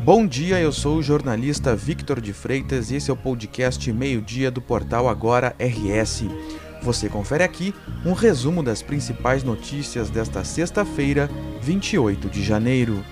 Bom dia, eu sou o jornalista Victor de Freitas e esse é o podcast Meio-Dia do portal Agora RS. Você confere aqui um resumo das principais notícias desta sexta-feira, 28 de janeiro.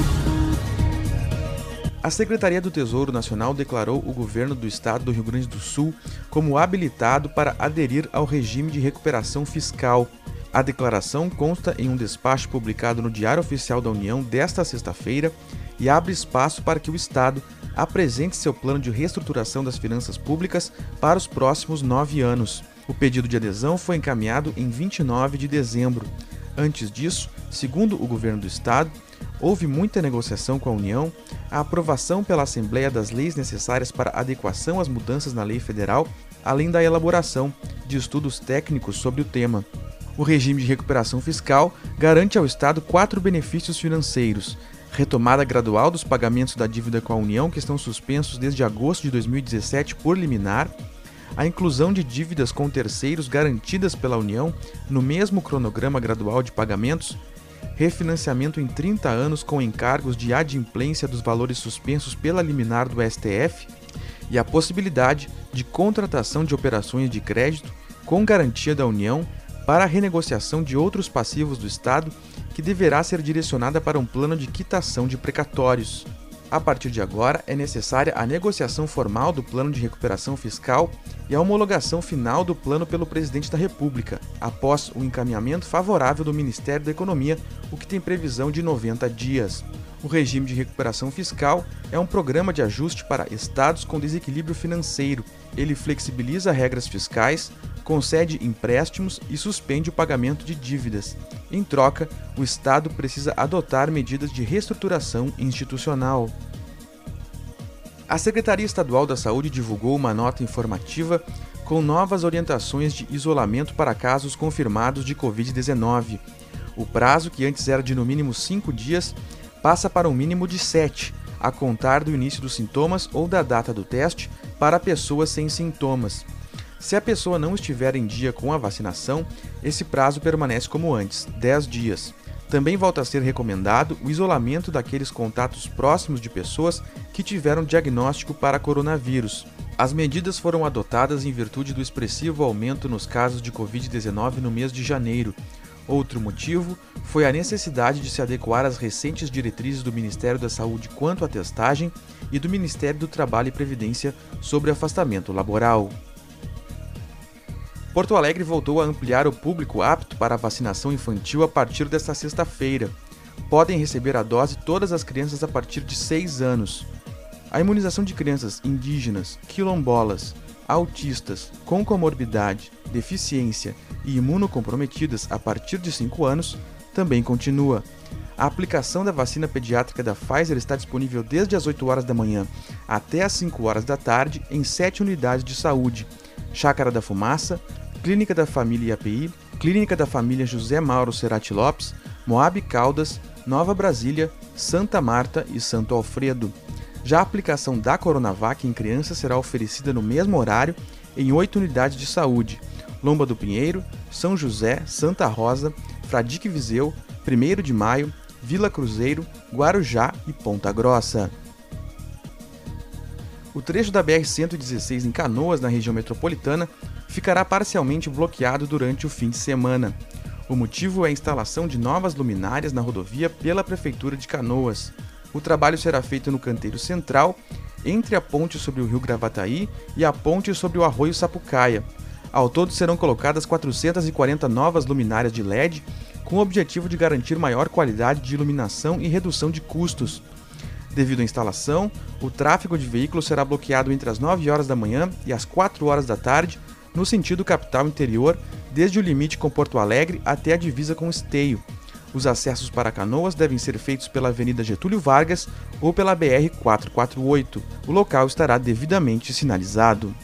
A Secretaria do Tesouro Nacional declarou o governo do estado do Rio Grande do Sul como habilitado para aderir ao regime de recuperação fiscal. A declaração consta em um despacho publicado no Diário Oficial da União desta sexta-feira e abre espaço para que o Estado apresente seu plano de reestruturação das finanças públicas para os próximos 9 anos. O pedido de adesão foi encaminhado em 29 de dezembro. Antes disso, segundo o governo do Estado, houve muita negociação com a União, a aprovação pela Assembleia das leis necessárias para adequação às mudanças na lei federal, além da elaboração de estudos técnicos sobre o tema. O regime de recuperação fiscal garante ao Estado 4 benefícios financeiros: retomada gradual dos pagamentos da dívida com a União, que estão suspensos desde agosto de 2017 por liminar, a inclusão de dívidas com terceiros garantidas pela União no mesmo cronograma gradual de pagamentos, refinanciamento em 30 anos com encargos de adimplência dos valores suspensos pela liminar do STF e a possibilidade de contratação de operações de crédito com garantia da União para a renegociação de outros passivos do Estado, que deverá ser direcionada para um plano de quitação de precatórios. A partir de agora, é necessária a negociação formal do plano de recuperação fiscal e a homologação final do plano pelo Presidente da República, após o encaminhamento favorável do Ministério da Economia, o que tem previsão de 90 dias. O regime de recuperação fiscal é um programa de ajuste para estados com desequilíbrio financeiro. Ele flexibiliza regras fiscais, concede empréstimos e suspende o pagamento de dívidas. Em troca, o Estado precisa adotar medidas de reestruturação institucional. A Secretaria Estadual da Saúde divulgou uma nota informativa com novas orientações de isolamento para casos confirmados de Covid-19. O prazo, que antes era de no mínimo 5 dias, passa para um mínimo de 7, a contar do início dos sintomas ou da data do teste para pessoas sem sintomas. Se a pessoa não estiver em dia com a vacinação, esse prazo permanece como antes, 10 dias. Também volta a ser recomendado o isolamento daqueles contatos próximos de pessoas que tiveram diagnóstico para coronavírus. As medidas foram adotadas em virtude do expressivo aumento nos casos de Covid-19 no mês de janeiro. Outro motivo foi a necessidade de se adequar às recentes diretrizes do Ministério da Saúde quanto à testagem e do Ministério do Trabalho e Previdência sobre afastamento laboral. Porto Alegre voltou a ampliar o público apto para a vacinação infantil a partir desta sexta-feira. Podem receber a dose todas as crianças a partir de 6 anos. A imunização de crianças indígenas, quilombolas, autistas, com comorbidade, deficiência e imunocomprometidas a partir de 5 anos também continua. A aplicação da vacina pediátrica da Pfizer está disponível desde as 8 horas da manhã até as 5 horas da tarde em 7 unidades de saúde: Chácara da Fumaça, Clínica da Família IAPI, Clínica da Família José Mauro Cerati Lopes, Moab Caldas, Nova Brasília, Santa Marta e Santo Alfredo. Já a aplicação da Coronavac em crianças será oferecida no mesmo horário em 8 unidades de saúde: Lomba do Pinheiro, São José, Santa Rosa, Fradique Viseu, 1º de Maio, Vila Cruzeiro, Guarujá e Ponta Grossa. O trecho da BR-116 em Canoas, na região metropolitana, ficará parcialmente bloqueado durante o fim de semana. O motivo é a instalação de novas luminárias na rodovia pela Prefeitura de Canoas. O trabalho será feito no canteiro central, entre a ponte sobre o rio Gravataí e a ponte sobre o arroio Sapucaia. Ao todo serão colocadas 440 novas luminárias de LED, com o objetivo de garantir maior qualidade de iluminação e redução de custos. Devido à instalação, o tráfego de veículos será bloqueado entre as 9 horas da manhã e as 4 horas da tarde, no sentido capital interior, desde o limite com Porto Alegre até a divisa com Esteio. Os acessos para Canoas devem ser feitos pela Avenida Getúlio Vargas ou pela BR-448. O local estará devidamente sinalizado.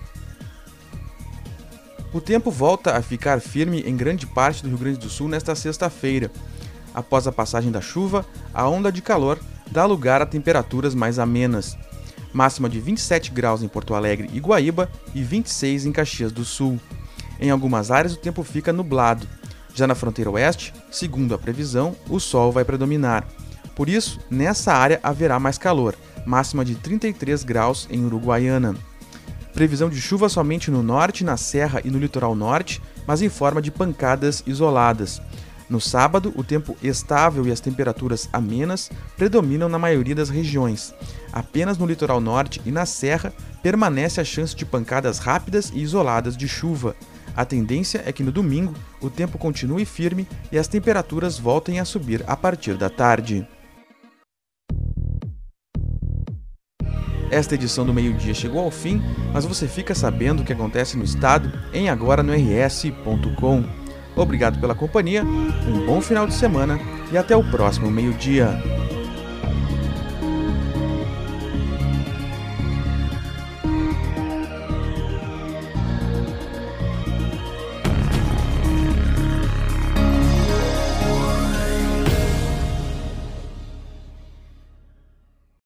O tempo volta a ficar firme em grande parte do Rio Grande do Sul nesta sexta-feira. Após a passagem da chuva, a onda de calor dá lugar a temperaturas mais amenas. Máxima de 27 graus em Porto Alegre e Guaíba e 26 em Caxias do Sul. Em algumas áreas o tempo fica nublado. Já na fronteira oeste, segundo a previsão, o sol vai predominar. Por isso, nessa área haverá mais calor, máxima de 33 graus em Uruguaiana. Previsão de chuva somente no norte, na serra e no litoral norte, mas em forma de pancadas isoladas. No sábado, o tempo estável e as temperaturas amenas predominam na maioria das regiões. Apenas no litoral norte e na serra permanece a chance de pancadas rápidas e isoladas de chuva. A tendência é que no domingo o tempo continue firme e as temperaturas voltem a subir a partir da tarde. Esta edição do Meio-Dia chegou ao fim, mas você fica sabendo o que acontece no estado em agora no rs.com. Obrigado pela companhia, um bom final de semana e até o próximo meio-dia.